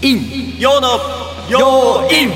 陰陽の陽陰。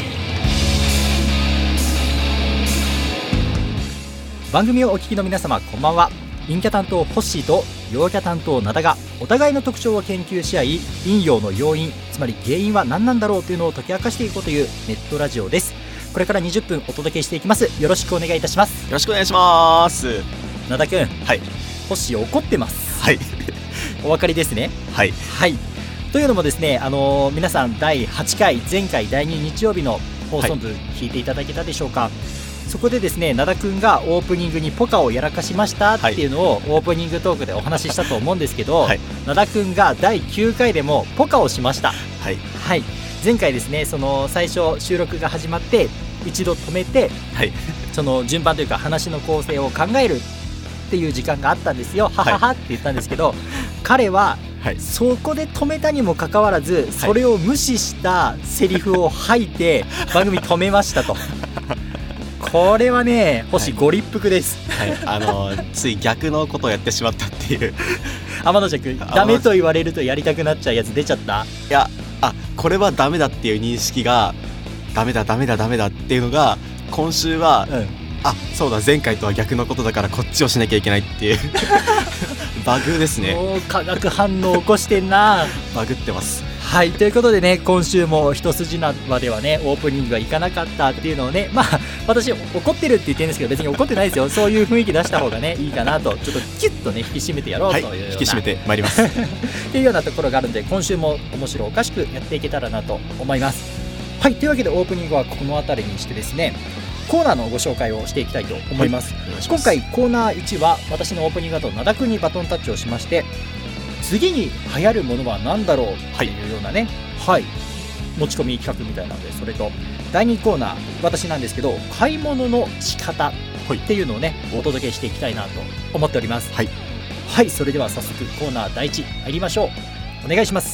番組をお聞きの皆様、こんばんは。陰キャ担当ホッシーと陽キャ担当ナダがお互いの特徴を研究し合い、陰陽の要因、つまり原因は何なんだろうというのを解き明かしていこうというネットラジオです。これから20分お届けしていきます。よろしくお願いいたします。 よろしくお願いします。 ナダくん、 はい、 ホッシー怒ってます。 はいお分かりですね。 はい、 はい、というのもですね、皆さん第8回前回第2日曜日の放送部聞いていただけたでしょうか。そこでですね、灘くんがオープニングにポカをやらかしましたっていうのをオープニングトークでお話ししたと思うんですけど、はい、灘くんが第9回でもポカをしました。はい、はい、前回ですね、その最初収録が始まって一度止めて、はい、その順番というか話の構成を考えるっていう時間があったんですよ。はははって言ったんですけど、彼はそこで止めたにもかかわらず、それを無視したセリフを吐いて番組止めましたと。これはね、星ご立腹です、 はい、つい逆のことをやってしまったっていう天野君、ダメと言われるとやりたくなっちゃうやつ出ちゃった。 いや、これはダメだっていう認識がダメだっていうのが今週は、そうだ、前回とは逆のことだからこっちをしなきゃいけないっていうバグですね。 化学反応起こしてんな。 バグってます。 はい、ということでね、今週も一筋縄ではねオープニングがいかなかったっていうのをね、私怒ってるって言ってるんですけど、別に怒ってないですよ。そういう雰囲気出した方がねいいかなと、ちょっとキュッとね引き締めてやろうというような、 引き締めてまいりますっていうようなところがあるので、今週も面白おかしくやっていけたらなと思います。はい、というわけでオープニングはこの辺りにしてですね、コーナーのご紹介をしていきたいと思います。今回コーナー1は私のオープニングだと灘くんにバトンタッチをしまして、次に流行るものは何だろうっていうようなね、持ち込み企画みたいなので、それと第2コーナー私なんですけど、買い物の仕方っていうのをねお届けしていきたいなと思っております。はい、それでは早速コーナー第1入りましょう。お願いします。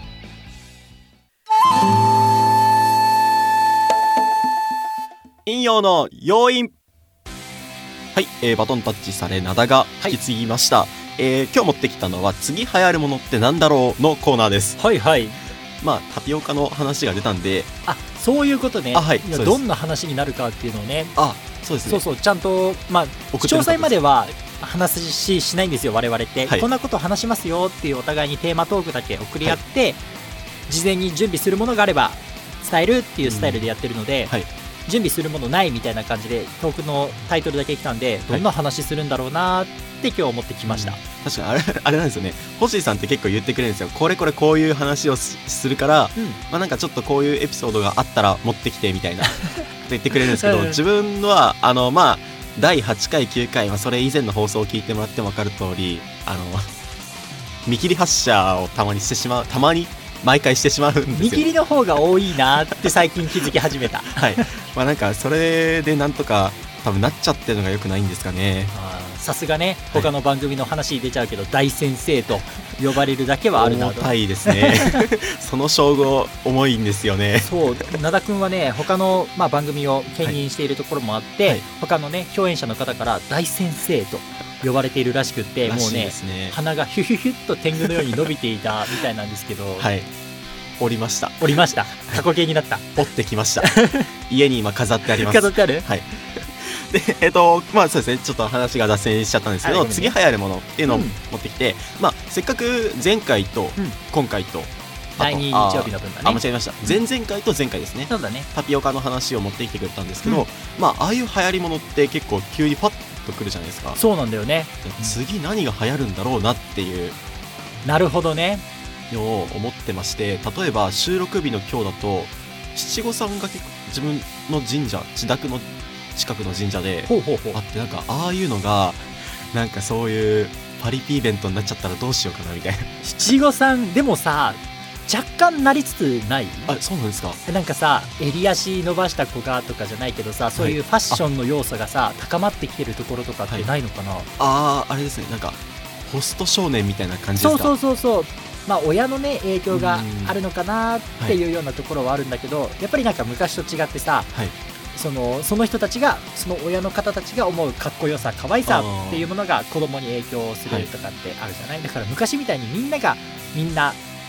陰陽の要因。はい、バトンタッチされ灘が引き継ぎました。今日持ってきたのは次流行るものってなんだろうのコーナーです。タピオカの話が出たんで、 そういうことね。 いや、 どんな話になるかっていうのをね、 そうですね、 そうちゃんと、詳細までは話しないんですよ我々って、こんなこと話しますよっていうお互いにテーマトークだけ送り合って、事前に準備するものがあれば伝えるっていうスタイルでやってるので、準備するものないみたいな感じでトークのタイトルだけ来たんで、どんな話するんだろうなって今日思ってきました。 確かにあれなんですよね、星さんって結構言ってくれるんですよ。こういう話をするから、なんかちょっとこういうエピソードがあったら持ってきてみたいな言ってくれるんですけど、自分は第8回9回はそれ以前の放送を聞いてもらっても分かる通り、見切り発車をたまに毎回してしまうんですよ。 見切りの方が多いなって最近気づき始めたなんかそれでなんとか多分なっちゃってるのが良くないんですかね。 さすがね、他の番組の話出ちゃうけど、大先生と呼ばれるだけはあるなと。 重たいですねその称号重いんですよね。 そう、灘くんはね他の、番組を牽引しているところもあって、他のね共演者の方から大先生と呼ばれているらしくって、もうね鼻がヒュヒュヒュッと天狗のように伸びていたみたいなんですけど、 折りました。 過去形になった。 折ってきました家に今飾ってあります。 飾ってある。 でそうですね、ちょっと話が脱線しちゃったんですけど、次流行るものっていうのを持ってきて、せっかく前回と今回と、 第2日曜日の分だね。 間違えました。前々回と前回ですね。 そうだね。 タピオカの話を持ってきてくれたんですけど、ああいう流行りものって結構急にパッとくるじゃないですか。 そうなんだよね。 次何が流行るんだろうなっていう、 なるほどね、 を思ってまして、例えば収録日の今日だと七五三が結構自分の神社、自宅の近くの神社であって、なんかああいうのがなんかそういうパリピイベントになっちゃったらどうしようかなみたいな。 七五三でもさ若干なりつつない？ そうなんですか。 なんかさ、襟足伸ばした子がとかじゃないけどさ、そういうファッションの要素がさ高まってきてるところとかってないのかな。 あれですね、なんかホスト少年みたいな感じですか。 そう親のね影響があるのかなっていうようなところはあるんだけど、やっぱりなんか昔と違ってさ、その人たちが、その親の方たちが思うかっこよさ、可愛さっていうものが子供に影響するとかってあるじゃない。だから昔みたいにみんな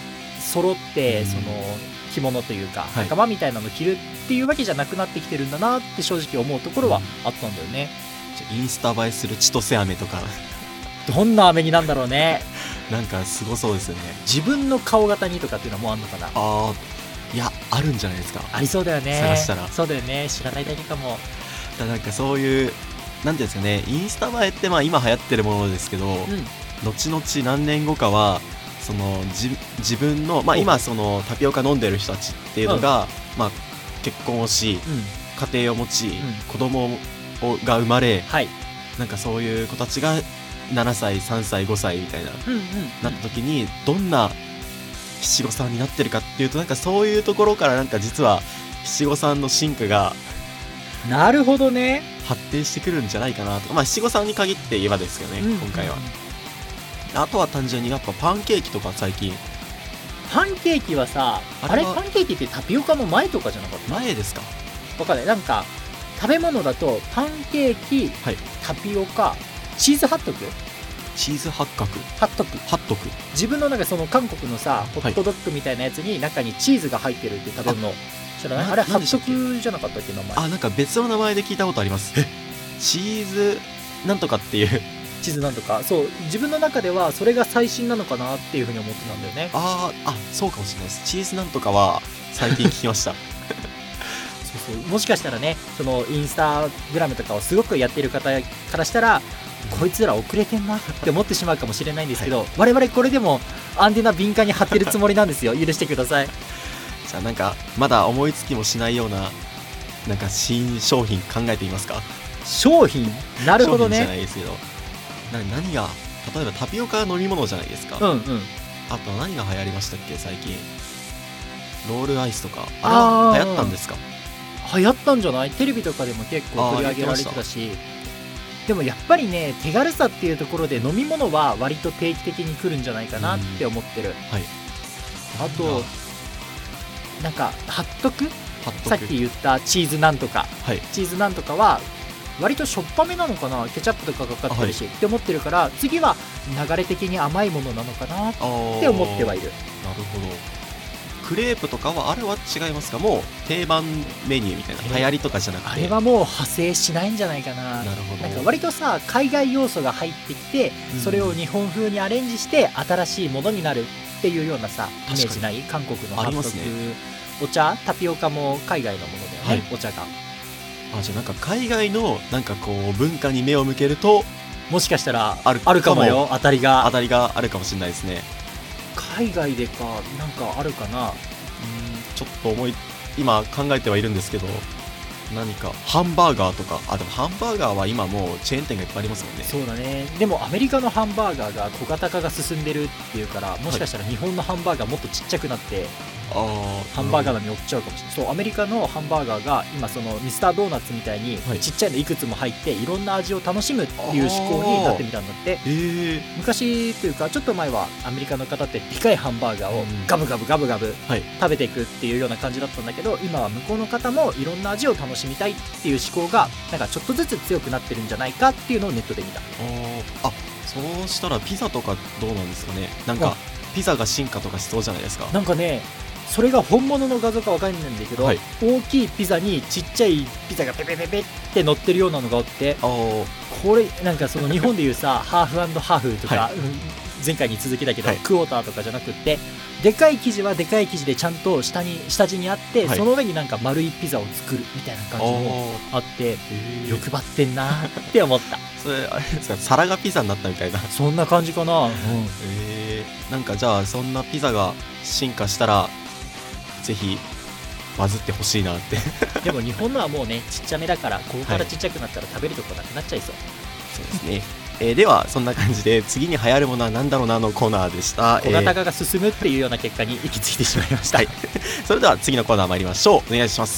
揃ってその着物というか仲間みたいなの着るっていうわけじゃなくなってきてるんだなって正直思うところはあったんだよね。 インスタ映えする千歳飴とかどんな飴になんだろうね。 なんかすごそうですよね。 自分の顔型にとかっていうのはもうあんのかな。 いや、あるんじゃないですか。ありそうだよね。 探したら。 そうだよね、知らないだけかも。 なんかそういうなんていうんですかね、インスタ映えってまあ今流行ってるものですけど、後々何年後かはその自分の、まあ、今そのタピオカ飲んでる人たちっていうのが、まあ、結婚をし、家庭を持ち、子供が生まれ、なんかそういう子たちが7歳3歳5歳みたいな、なった時にどんな七五三になってるかっていうと、なんかそういうところからなんか実は七五三の進化がなるほどね発展してくるんじゃないかなとか、まあ七五三に限って言えばですけどね、今回は。あとは単純にやっぱパンケーキとか最近。 パンケーキはさ、あれパンケーキってタピオカの前とかじゃなかった？ 前ですか？ わかんない。なんか食べ物だとパンケーキ、タピオカ、チーズハットク、 チーズハットク、 自分のなんかその韓国のさホットドッグみたいなやつに中にチーズが入ってるって食べ物知らない？あれハットクじゃなかったっけ名前？ なんか別の名前で聞いたことあります。チーズなんとかっていうチーズなんとか、そう、自分の中ではそれが最新なのかなっていうふうに思ってたんだよね。 そうかもしれないです。チーズなんとかは最近聞きましたそうもしかしたらね、そのインスタグラムとかをすごくやっている方からしたら、こいつら遅れてんなって思ってしまうかもしれないんですけど、我々これでもアンテナ敏感に張ってるつもりなんですよ。許してください。 じゃあなんかまだ思いつきもしないようななんか新商品考えてみますか？ 商品？なるほどね。 商品じゃないですけど、何が例えばタピオカは飲み物じゃないですか。あと何が流行りましたっけ最近？ロールアイスとかあれは流行ったんですか？ 流行ったんじゃない？テレビとかでも結構取り上げられてたし。でもやっぱりね、手軽さっていうところで飲み物は割と定期的に来るんじゃないかなって思ってる。あとなんか貼っとく、さっき言ったチーズなんとか、チーズなんとかは割としょっぱめなのかな、ケチャップとかかかってるし、って思ってるから、次は流れ的に甘いものなのかなって思ってはいる。 なるほど。クレープとかはあれは違いますか？もう定番メニューみたいな、流行りとかじゃなくて、 あれはもう派生しないんじゃないかな。 なるほど。 なんか割とさ、海外要素が入ってきて、それを日本風にアレンジして新しいものになるっていうようなさイメージない？韓国のハットク、お茶、タピオカも海外のものだよね、お茶が。 じゃあなんか海外のなんかこう文化に目を向けるともしかしたらあるかもよ。当たりがあるかもしれないですね。 海外でかなんかあるかな。 ちょっと今考えてはいるんですけど、何かハンバーガーとか。でもハンバーガーは今もうチェーン店がいっぱいありますもんね。 そうだね。でもアメリカのハンバーガーが小型化が進んでるっていうから、もしかしたら日本のハンバーガーもっとちっちゃくなってハンバーガーに寄っちゃうかもしれない。そう、アメリカのハンバーガーが今そのミスタードーナツみたいにちっちゃいのいくつも入っていろんな味を楽しむっていう思考になってみたんだって。昔というかちょっと前はアメリカの方ってでかいハンバーガーをガブガブ食べていくっていうような感じだったんだけど、今は向こうの方もいろんな味を楽しみたいっていう思考がなんかちょっとずつ強くなってるんじゃないかっていうのをネットで見た。 そうしたらピザとかどうなんですかね。なんかピザが進化とかしそうじゃないですか。 なんかね、それが本物の画像か分かんないんだけど、大きいピザにちっちゃいピザがペペペペって乗ってるようなのがあって、これなんかその日本でいうさハーフ&ハーフとか、前回に続きだけど、クォーターとかじゃなくって、でかい生地はでかい生地でちゃんと下地にあって、その上になんか丸いピザを作るみたいな感じもあって、欲張ってんなって思った。 それあれですか、皿がピザになったみたいな。 そんな感じかな。 なんかじゃあそんなピザが進化したらぜひバズってほしいなってでも日本のはもうねちっちゃめだから、ここからちっちゃくなったら食べるとこなくなっちゃいそう。 そうですね。ではそんな感じで次に流行るものは何だろうなのコーナーでした。 小型化が進むっていうような結果に行き着いてしまいました。 それでは次のコーナー参りましょう。お願いします。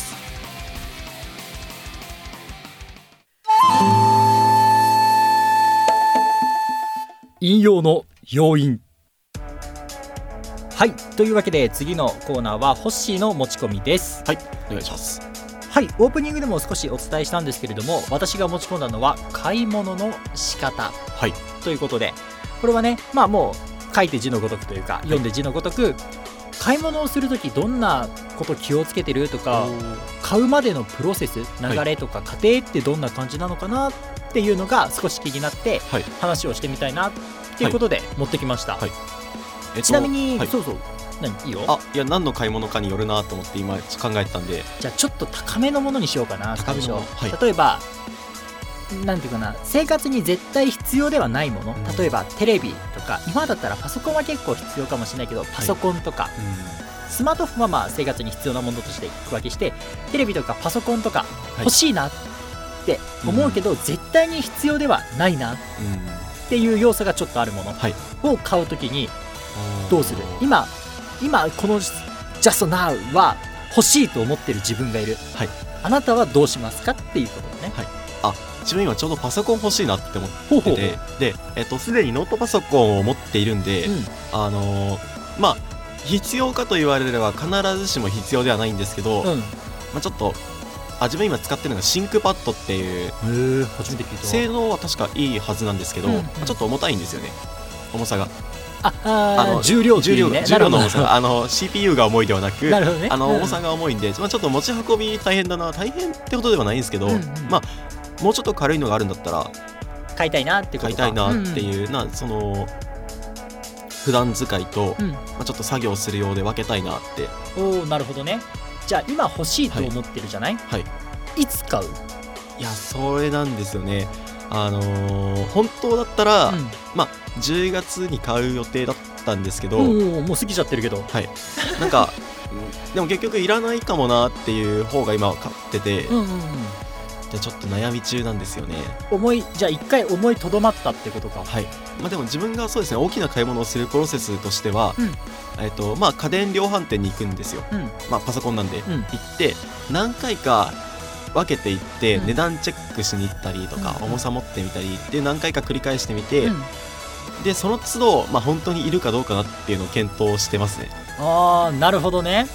引用の要因。はい、というわけで次のコーナーはホッシーの持ち込みです。 お願いします。 はい、オープニングでも少しお伝えしたんですけれども、私が持ち込んだのは買い物の仕方、ということで、これはね、もう書いて字のごとくというか、読んで字のごとく、 買い物をするときどんなこと気をつけてるとか、買うまでのプロセス、流れとか過程ってどんな感じなのかなっていうのが少し気になって話をしてみたいなっていうことで持ってきました。ちなみに、そうそう、いいよ。 いや、何の買い物かによるなと思って今考えてたんで、 じゃあちょっと高めのものにしようかな。 高めのもの、 例えばなんていうかな、生活に絶対必要ではないもの、例えばテレビとか、今だったらパソコンは結構必要かもしれないけど、パソコンとか、スマートフォンはまあ生活に必要なものとして区分けして、テレビとかパソコンとか欲しいなって思うけど、絶対に必要ではないなっていう要素がちょっとあるものを買うときにどうする？今このジャストナウは欲しいと思ってる自分がいる、あなたはどうしますかっていうことね。 自分今ちょうどパソコン欲しいなって思ってて、ですでにノートパソコンを持っているんで、まあ必要かと言われれば必ずしも必要ではないんですけど、ちょっと自分今使ってるのがシンクパッドっていう、 初めて聞いた。 性能は確かいいはずなんですけど、ちょっと重たいんですよね、重さが。 重量の重さがCPU が重いではなく、重さが重いんで、ちょっと持ち運び大変ってことではないんですけど、もうちょっと軽いのがあるんだったら買いたいなってことか。 買いたいなっていう、その普段使いと、ちょっと作業するようで分けたいなって。 なるほどね。じゃあ今欲しいと思ってるじゃない？いつ買う？ いや、それなんですよね。本当だったら、10月に買う予定だったんですけど、 もう過ぎちゃってるけど、 なんかでも結局いらないかもなっていう方が今買ってて、ちょっと悩み中なんですよね。 じゃあ一回思いとどまったってことか。 でも自分がそうですね、大きな買い物をするプロセスとしては、家電量販店に行くんですよ。パソコンなんで、行って何回か分けていって、値段チェックしに行ったりとか、重さ持ってみたりで何回か繰り返してみて、でその都度、本当にいるかどうかなっていうのを検討してますね。 なるほどね。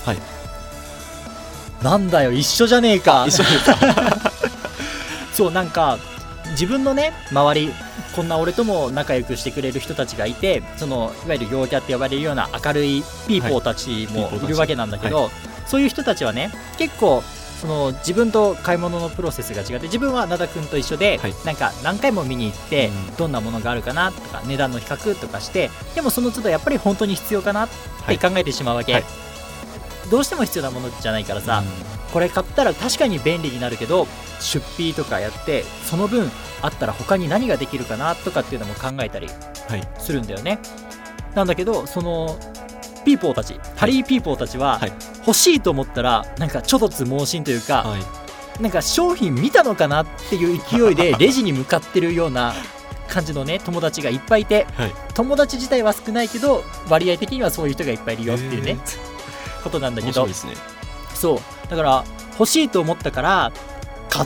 なんだよ、一緒じゃねえか。 一緒ですか。 そうなんか自分のね周り、こんな俺とも仲良くしてくれる人たちがいて、そのいわゆる陽キャって呼ばれるような明るいピーポーたちもいるわけなんだけど、そういう人たちはね結構その自分と買い物のプロセスが違って、自分は灘くんと一緒で、なんか何回も見に行って、どんなものがあるかなとか値段の比較とかして、でもその都度やっぱり本当に必要かなって考えてしまうわけ。どうしても必要なものじゃないからさ、これ買ったら確かに便利になるけど、出費とかやってその分あったら他に何ができるかなとかっていうのも考えたりするんだよね。なんだけどそのピーポーたち、ハリーピーポーたちは欲しいと思ったらなんかちょっとつ盲信というか、なんか商品見たのかなっていう勢いでレジに向かってるような感じのね友達がいっぱいいて、友達自体は少ないけど割合的にはそういう人がいっぱいいるよっていうねことなんだけど、そうだから欲しいと思ったから買った。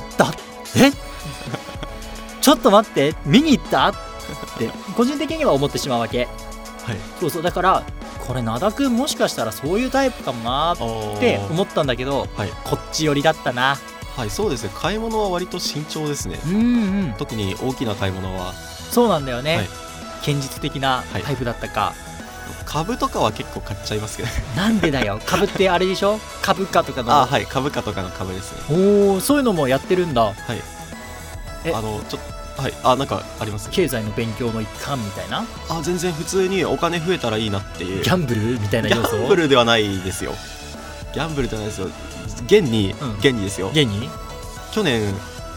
ちょっと待って、見に行ったって個人的には思ってしまうわけ。そうだからこれ灘くんもしかしたらそういうタイプかもなって思ったんだけど、こっち寄りだったな。 そうですね、買い物は割と慎重ですね。特に大きな買い物は。そうなんだよね、堅実的なタイプだったか。 株とかは結構買っちゃいますけど。 なんでだよ、株ってあれでしょ、株価とかの。 株価とかの株ですね。 そういうのもやってるんだ。 ちょっとなんかあります？ 経済の勉強の一環みたいな。 全然普通にお金増えたらいいなっていう。 ギャンブルみたいな要素？ ギャンブルではないですよ。ギャンブルじゃないですよ。現にですよ。 現に去年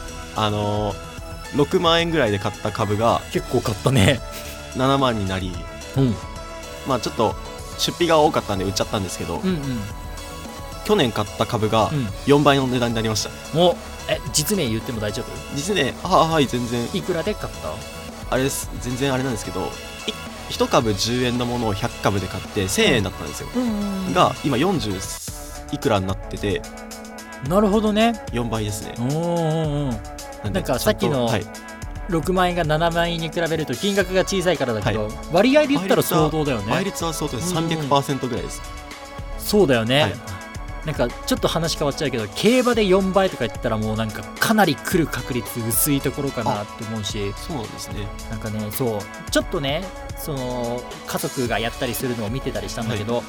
6万円ぐらいで買った株が結構買ったね。 7万になり、ちょっと出費が多かったんで売っちゃったんですけど、去年買った株が4倍の値段になりました。 実名言っても大丈夫？ 実名全然。 いくらで買った？ あれです、全然あれなんですけど、1株10円のものを100株で買って1000円だったんですよ、が今40いくらになってて。 なるほどね、 4倍ですね。 なんかさっきの6万円が7万円に比べると金額が小さいからだけど、割合で言ったら相当だよね。 倍率は相当です。300% ぐらいです。 そうだよね、なんかちょっと話変わっちゃうけど、競馬で4倍とか言ったらもうなんかかなり来る確率薄いところかなって思うし。 そうなんですね。 なんかね、そうちょっとね、その家族がやったりするのを見てたりしたんだけど、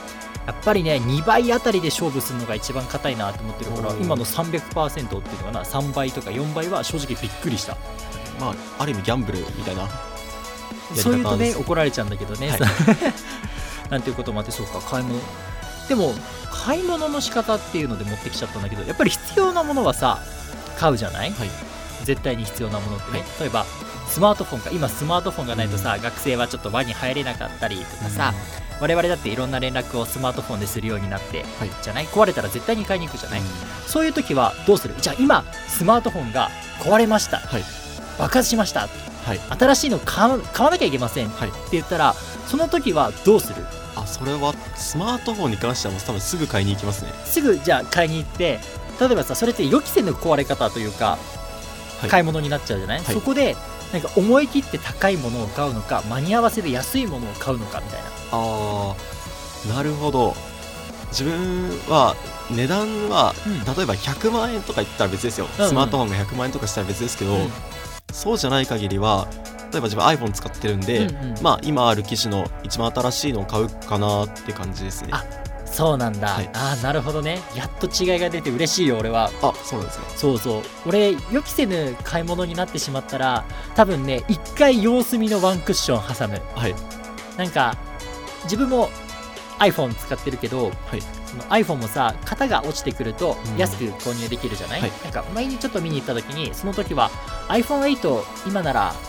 やっぱりね2倍あたりで勝負するのが一番硬いなと思ってるから、今の 300% っていうのかな、3倍とか4倍は正直びっくりした。 まあある意味ギャンブルみたいなやり方です。 そういうとね怒られちゃうんだけどね、 はいなんていうこともあって、そうか買い物でも買い物の仕方っていうので持ってきちゃったんだけど、やっぱり必要なものはさ買うじゃない、 はい、 絶対に必要なものってね、 はい、 例えばスマートフォンか、今スマートフォンがないとさ、学生はちょっと輪に入れなかったりとかさ、我々だっていろんな連絡をスマートフォンでするようになって、はい、じゃない、壊れたら絶対に買いに行くじゃない、そういう時はどうする？じゃあ今スマートフォンが壊れました、はい、爆発しました、はい、新しいの買わなきゃいけません、はい、って言ったらその時はどうする？ それはスマートフォンに関してはもう多分すぐ買いに行きますね。 すぐじゃあ買いに行って、例えばさそれって予期せぬ壊れ方というか、はい、買い物になっちゃうじゃない、はい、そこでなんか思い切って高いものを買うのか、間に合わせで安いものを買うのかみたいな。 なるほど。自分は値段は、例えば100万円とか言ったら別ですよ、スマートフォンが100万円とかしたら別ですけど、そうじゃない限りは例えば自分 iPhone 使ってるんで、まあ今ある機種の一番新しいのを買うかなって感じですね。 そうなんだ、はい、なるほどね。やっと違いが出て嬉しいよ俺は。 そうなんですか。 そうそう、俺予期せぬ買い物になってしまったら多分ね一回様子見のワンクッション挟む、はい、なんか自分も iPhone 使ってるけど、はい、その iPhone もさ型が落ちてくると安く購入できるじゃない、はい、なんか前にちょっと見に行った時にその時は iPhone8 今なら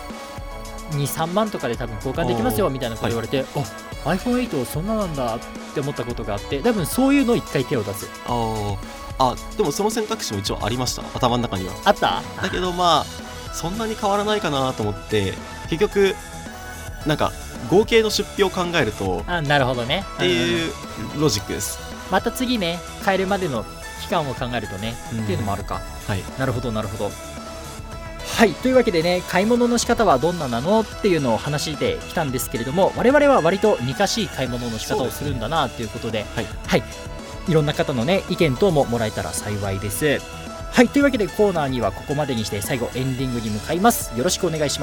2,3 万とかで多分交換できますよみたいなこと言われて、iPhone8 そんななんだって思ったことがあって、多分そういうの一回手を出す。 でもその選択肢も一応ありました、頭の中には。 あった？ だけどまあそんなに変わらないかなと思って、結局なんか合計の出費を考えると、 なるほどねっていうロジックです。 また次ね買えるまでの期間を考えるとね、っていうのもあるか。はい、なるほどなるほど。はい、というわけでね買い物の仕方はどんななのっていうのを話してきたんですけれども、我々は割と似かしい買い物の仕方をするんだなということで、はい、いろんな方のね意見等ももらえたら幸いです。はい、というわけでコーナーにはここまでにして最後エンディングに向かいます。よろしくお願いします。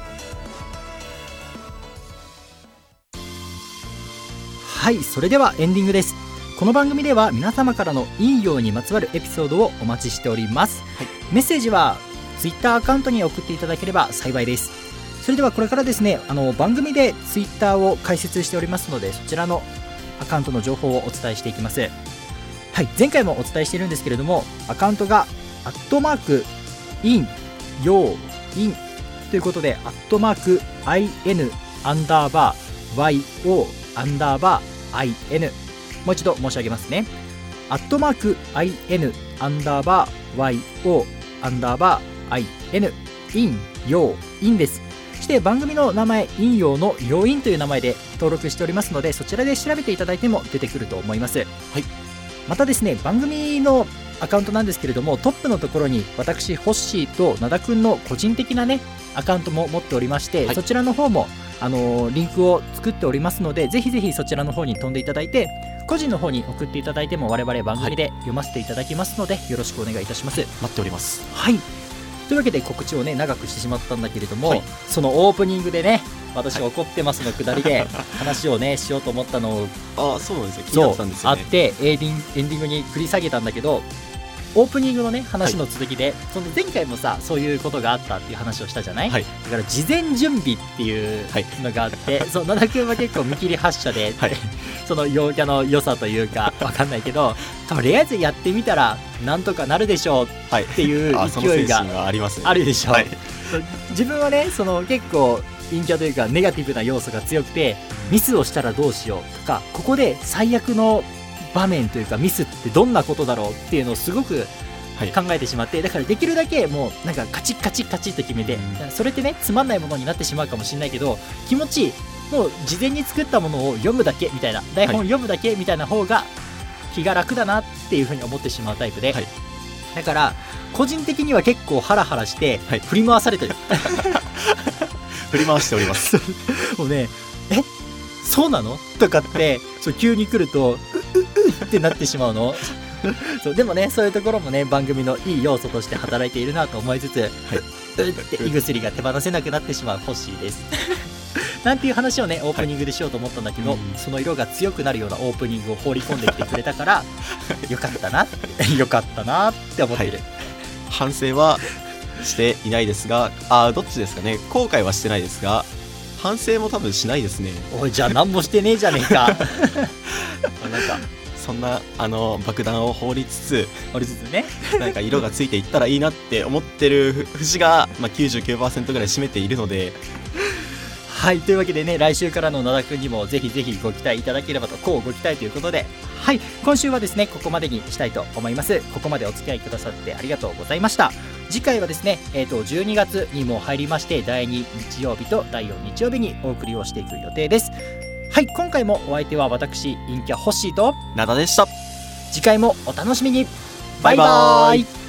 はい、それではエンディングです。この番組では皆様からの陰陽にまつわるエピソードをお待ちしております。メッセージはTwitter アカウントに送っていただければ幸いです。それではこれからですね番組で Twitter を開設しておりますので、そちらのアカウントの情報をお伝えしていきます。はい、前回もお伝えしているんですけれども、アカウントが@in 陽 in ということで@in_yo_in もう一度申し上げますね。@in_yo_in in 陽 in です。そして番組の名前陰陽の陽陰という名前で登録しておりますので、そちらで調べていただいても出てくると思います。はい、またですね番組のアカウントなんですけれども、トップのところに私ホッシーと灘くんの個人的なねアカウントも持っておりまして、そちらの方もリンクを作っておりますので、ぜひぜひそちらの方に飛んでいただいて、個人の方に送っていただいても我々番組で読ませていただきますので、よろしくお願いいたします。 待っております。 はい、というわけで告知をね長くしてしまったんだけれども、そのオープニングでね私怒ってますのくだりで話をねしようと思ったのをそうなんですよ、気になったんですよね。 あってエンディングに繰り下げたんだけど、オープニングのね話の続きで、その前回もさそういうことがあったっていう話をしたじゃない、だから事前準備っていうのがあって、そう灘くんは結構見切り発車で、その陽キャの良さというかわかんないけど、とりあえずやってみたらなんとかなるでしょうっていう勢いがあるでしょう。自分はねその結構陰キャというかネガティブな要素が強くて、ミスをしたらどうしようとか、ここで最悪の場面というかミスってどんなことだろうっていうのをすごく考えてしまって、だからできるだけもうなんかカチッカチッカチッと決めて、それってねつまんないものになってしまうかもしれないけど、気持ちいい、もう事前に作ったものを読むだけみたいな、台本読むだけみたいな方が気が楽だなっていう風に思ってしまうタイプで、だから個人的には結構ハラハラして振り回されてる、 振り回しておりますもうねそうなのとかって急に来るとってなってしまうのそうでもねそういうところもね番組のいい要素として働いているなと思いつつ、って胃薬が手放せなくなってしまうホッシーですなんていう話をねオープニングでしようと思ったんだけど、その色が強くなるようなオープニングを放り込んできてくれたからよかったなよかったなって思ってる、 反省はしていないですが、どっちですかね。後悔はしてないですが反省も多分しないですね。 おい、じゃあ何もしてねえじゃねえかなんかそんな爆弾を放りつつねなんか色がついていったらいいなって思ってる節が、99% ぐらい占めているので、 はい、というわけでね、来週からの灘くんにもぜひぜひご期待いただければと、ご期待ということで、はい、今週はですねここまでにしたいと思います。ここまでお付き合いくださってありがとうございました。次回はですね、12月にも入りまして、第2日曜日と第4日曜日にお送りをしていく予定です。はい、今回もお相手は私陰キャホッシーと灘でした。 次回もお楽しみに。バイバーイ。